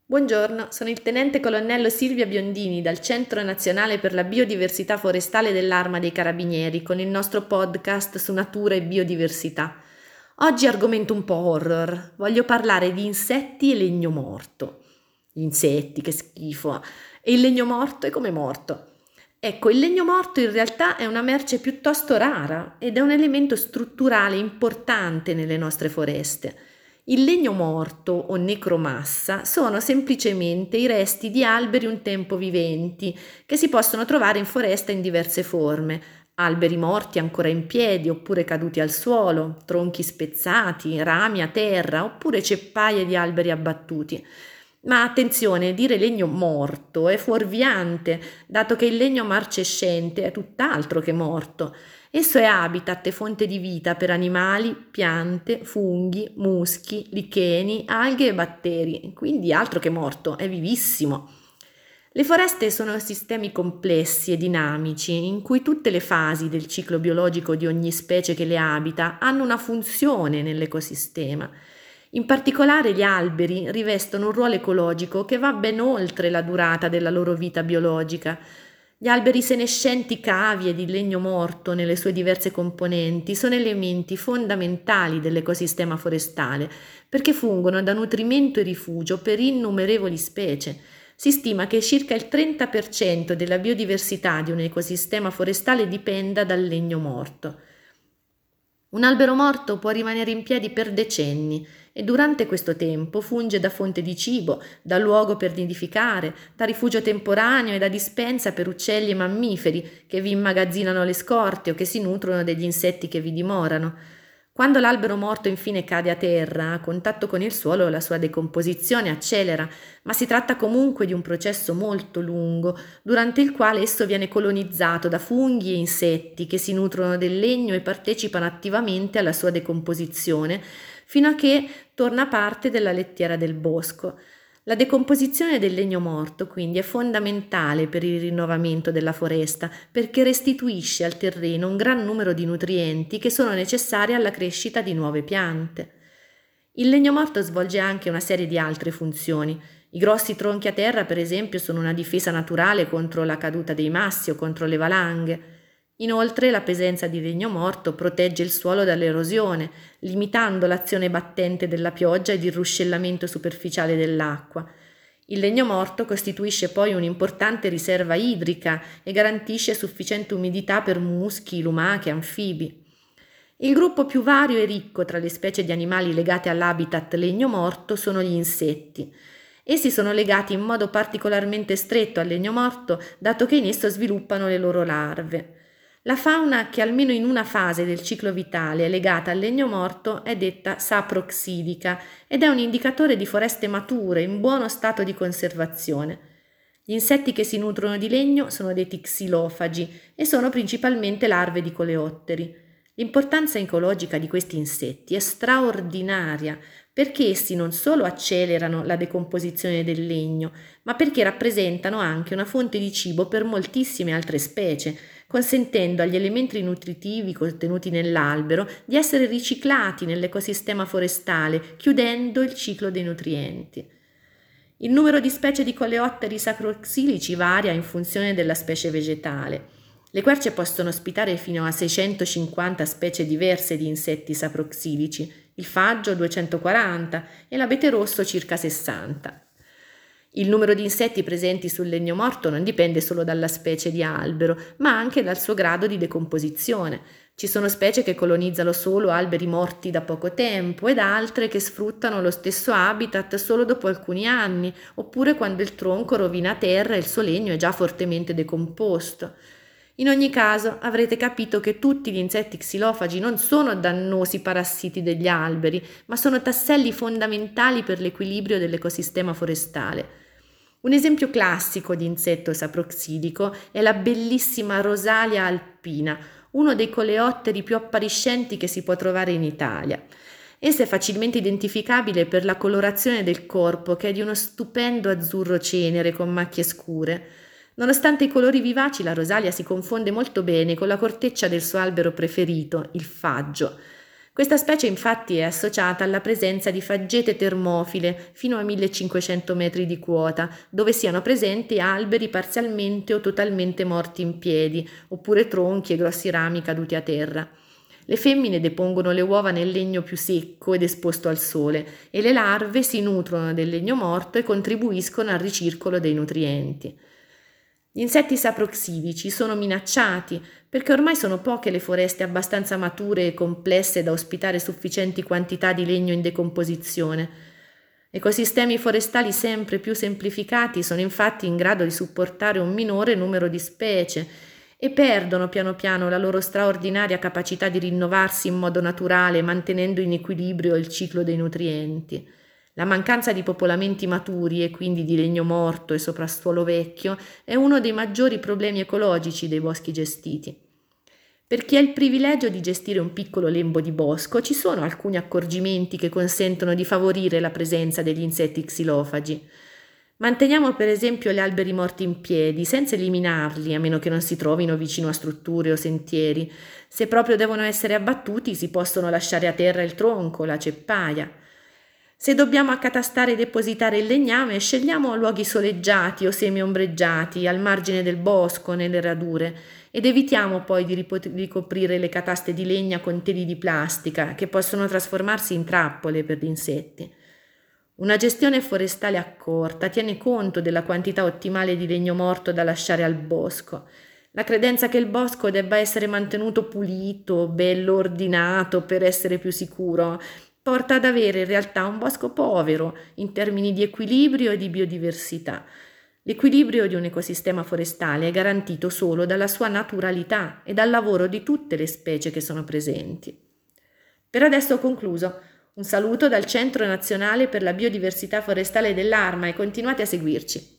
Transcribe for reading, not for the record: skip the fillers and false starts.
Buongiorno, sono il tenente colonnello Silvia Biondini dal Centro Nazionale per la Biodiversità Forestale dell'Arma dei Carabinieri con il nostro podcast su natura e biodiversità. Oggi argomento un po' horror, voglio parlare di insetti e legno morto. Gli insetti, che schifo, e il legno morto è come morto. Ecco, il legno morto in realtà è una merce piuttosto rara ed è un elemento strutturale importante nelle nostre foreste. Il legno morto o necromassa sono semplicemente i resti di alberi un tempo viventi che si possono trovare in foresta in diverse forme. Alberi morti ancora in piedi oppure caduti al suolo, tronchi spezzati, rami a terra oppure ceppaie di alberi abbattuti. Ma attenzione, dire legno morto è fuorviante, dato che il legno marcescente è tutt'altro che morto. Esso è habitat e fonte di vita per animali, piante, funghi, muschi, licheni, alghe e batteri, quindi altro che morto, è vivissimo. Le foreste sono sistemi complessi e dinamici in cui tutte le fasi del ciclo biologico di ogni specie che le abita hanno una funzione nell'ecosistema. In particolare gli alberi rivestono un ruolo ecologico che va ben oltre la durata della loro vita biologica. Gli alberi senescenti cavie di legno morto nelle sue diverse componenti sono elementi fondamentali dell'ecosistema forestale perché fungono da nutrimento e rifugio per innumerevoli specie. Si stima che circa il 30% della biodiversità di un ecosistema forestale dipenda dal legno morto. Un albero morto può rimanere in piedi per decenni e durante questo tempo funge da fonte di cibo, da luogo per nidificare, da rifugio temporaneo e da dispensa per uccelli e mammiferi che vi immagazzinano le scorte o che si nutrono degli insetti che vi dimorano. Quando l'albero morto infine cade a terra, a contatto con il suolo, la sua decomposizione accelera, ma si tratta comunque di un processo molto lungo, durante il quale esso viene colonizzato da funghi e insetti che si nutrono del legno e partecipano attivamente alla sua decomposizione, fino a che torna parte della lettiera del bosco. La decomposizione del legno morto quindi è fondamentale per il rinnovamento della foresta perché restituisce al terreno un gran numero di nutrienti che sono necessari alla crescita di nuove piante. Il legno morto svolge anche una serie di altre funzioni. I grossi tronchi a terra, per esempio, sono una difesa naturale contro la caduta dei massi o contro le valanghe. Inoltre, la presenza di legno morto protegge il suolo dall'erosione, limitando l'azione battente della pioggia ed il ruscellamento superficiale dell'acqua. Il legno morto costituisce poi un'importante riserva idrica e garantisce sufficiente umidità per muschi, lumache, anfibi. Il gruppo più vario e ricco tra le specie di animali legate all'habitat legno morto sono gli insetti. Essi sono legati in modo particolarmente stretto al legno morto, dato che in esso sviluppano le loro larve. La fauna che almeno in una fase del ciclo vitale è legata al legno morto è detta saproxidica ed è un indicatore di foreste mature in buono stato di conservazione. Gli insetti che si nutrono di legno sono detti xilofagi e sono principalmente larve di coleotteri. L'importanza ecologica di questi insetti è straordinaria perché essi non solo accelerano la decomposizione del legno, ma perché rappresentano anche una fonte di cibo per moltissime altre specie, consentendo agli elementi nutritivi contenuti nell'albero di essere riciclati nell'ecosistema forestale, chiudendo il ciclo dei nutrienti. Il numero di specie di coleotteri sacroxilici varia in funzione della specie vegetale. Le querce possono ospitare fino a 650 specie diverse di insetti saproxilici, il faggio 240 e l'abete rosso circa 60. Il numero di insetti presenti sul legno morto non dipende solo dalla specie di albero, ma anche dal suo grado di decomposizione. Ci sono specie che colonizzano solo alberi morti da poco tempo ed altre che sfruttano lo stesso habitat solo dopo alcuni anni, oppure quando il tronco rovina terra e il suo legno è già fortemente decomposto. In ogni caso avrete capito che tutti gli insetti xilofagi non sono dannosi parassiti degli alberi, ma sono tasselli fondamentali per l'equilibrio dell'ecosistema forestale. Un esempio classico di insetto saproxidico è la bellissima Rosalia alpina, uno dei coleotteri più appariscenti che si può trovare in Italia. Essa è facilmente identificabile per la colorazione del corpo, che è di uno stupendo azzurro cenere con macchie scure. Nonostante i colori vivaci, la rosalia si confonde molto bene con la corteccia del suo albero preferito, il faggio. Questa specie infatti è associata alla presenza di faggete termofile fino a 1500 metri di quota, dove siano presenti alberi parzialmente o totalmente morti in piedi, oppure tronchi e grossi rami caduti a terra. Le femmine depongono le uova nel legno più secco ed esposto al sole e le larve si nutrono del legno morto e contribuiscono al ricircolo dei nutrienti. Gli insetti saproxidici sono minacciati perché ormai sono poche le foreste abbastanza mature e complesse da ospitare sufficienti quantità di legno in decomposizione. Ecosistemi forestali sempre più semplificati sono infatti in grado di supportare un minore numero di specie e perdono piano piano la loro straordinaria capacità di rinnovarsi in modo naturale, mantenendo in equilibrio il ciclo dei nutrienti. La mancanza di popolamenti maturi e quindi di legno morto e soprassuolo vecchio è uno dei maggiori problemi ecologici dei boschi gestiti. Per chi ha il privilegio di gestire un piccolo lembo di bosco, ci sono alcuni accorgimenti che consentono di favorire la presenza degli insetti xilofagi. Manteniamo per esempio gli alberi morti in piedi, senza eliminarli, a meno che non si trovino vicino a strutture o sentieri. Se proprio devono essere abbattuti, si possono lasciare a terra il tronco, la ceppaia. Se dobbiamo accatastare e depositare il legname, scegliamo luoghi soleggiati o semi-ombreggiati, al margine del bosco, nelle radure, ed evitiamo poi di ricoprire le cataste di legna con teli di plastica, che possono trasformarsi in trappole per gli insetti. Una gestione forestale accorta tiene conto della quantità ottimale di legno morto da lasciare al bosco. La credenza che il bosco debba essere mantenuto pulito, bello ordinato per essere più sicuro, porta ad avere in realtà un bosco povero in termini di equilibrio e di biodiversità. L'equilibrio di un ecosistema forestale è garantito solo dalla sua naturalità e dal lavoro di tutte le specie che sono presenti. Per adesso ho concluso. Un saluto dal Centro Nazionale per la Biodiversità Forestale dell'Arma e continuate a seguirci.